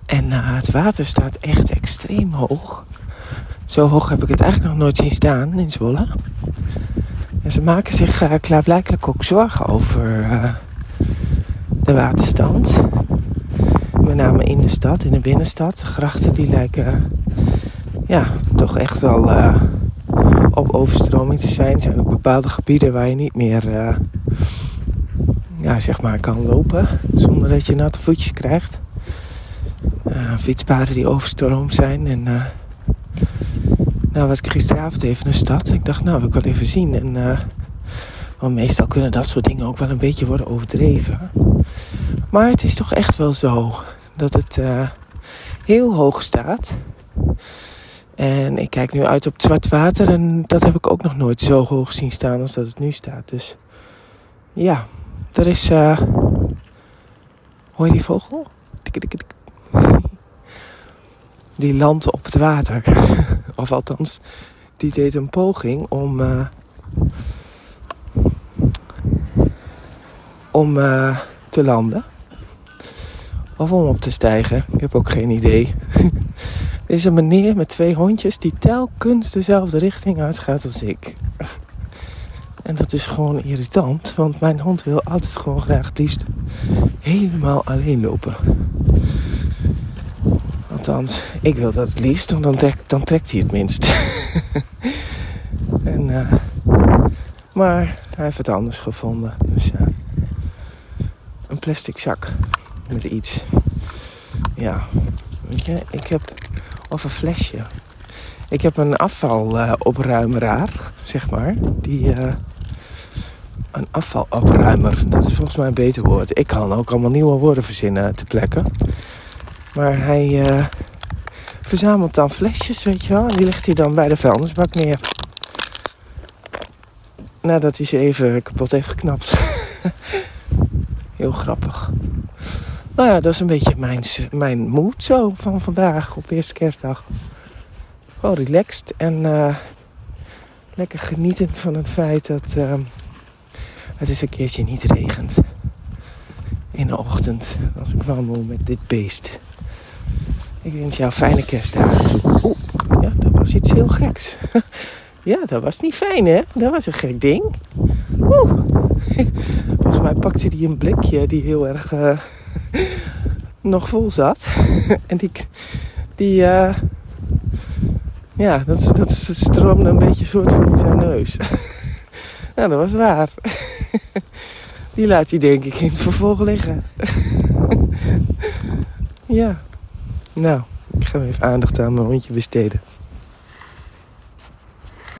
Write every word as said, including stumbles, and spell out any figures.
En uh, het water staat echt extreem hoog. Zo hoog heb ik het eigenlijk nog nooit zien staan in Zwolle. En ze maken zich uh, klaarblijkelijk ook zorgen over uh, de waterstand. Met name in de stad, in de binnenstad. De grachten die lijken uh, ja, toch echt wel uh, op overstroming te zijn. Er zijn ook bepaalde gebieden waar je niet meer uh, ja, zeg maar kan lopen zonder dat je natte voetjes krijgt. Uh, fietspaden die overstroomd zijn. En uh, nou was ik gisteravond even in de stad. Ik dacht, nou, wil ik wel even zien. En, uh, want meestal kunnen dat soort dingen ook wel een beetje worden overdreven. Maar het is toch echt wel zo dat het uh, heel hoog staat. En ik kijk nu uit op het zwart water. En dat heb ik ook nog nooit zo hoog zien staan als dat het nu staat. Dus ja, er is... Uh... Hoor je die vogel? Tikketikketik. Die landt op het water. Of althans, die deed een poging om... Uh, om uh, te landen. Of om op te stijgen. Ik heb ook geen idee. Er is een meneer met twee hondjes die telkens dezelfde richting uitgaat als ik. En dat is gewoon irritant. Want mijn hond wil altijd gewoon graag het liefst helemaal alleen lopen. Althans, ik wil dat het liefst, want dan, trek, dan trekt hij het minst. en, uh, maar hij heeft het anders gevonden. Dus uh, een plastic zak met iets. Ja, weet je, ik heb... Of een flesje. Ik heb een afvalopruimeraar, uh, zeg maar. Die... Uh, een afvalopruimer. Dat is volgens mij een beter woord. Ik kan ook allemaal nieuwe woorden verzinnen ter plekke. Maar hij uh, verzamelt dan flesjes, weet je wel. En die legt hij dan bij de vuilnisbak neer. Nadat hij ze even kapot heeft geknapt. Heel grappig. Nou ja, dat is een beetje mijn, mijn mood zo van vandaag op eerste kerstdag. Gewoon relaxed en uh, lekker genietend van het feit dat uh, het eens een keertje niet regent. In de ochtend, als ik wandel met dit beest. Ik wens jou fijne kerstdagen toe. Oeh, ja, dat was iets heel geks. Ja, dat was niet fijn, hè? Dat was een gek ding. Oeh. Volgens mij pakte hij een blikje die heel erg uh, nog vol zat. En die... die uh, ja, dat, dat stroomde een beetje soort van in zijn neus. Nou, dat was raar. Die laat hij denk ik in het vervolg liggen. Ja. Nou, ik ga even aandacht aan mijn hondje besteden.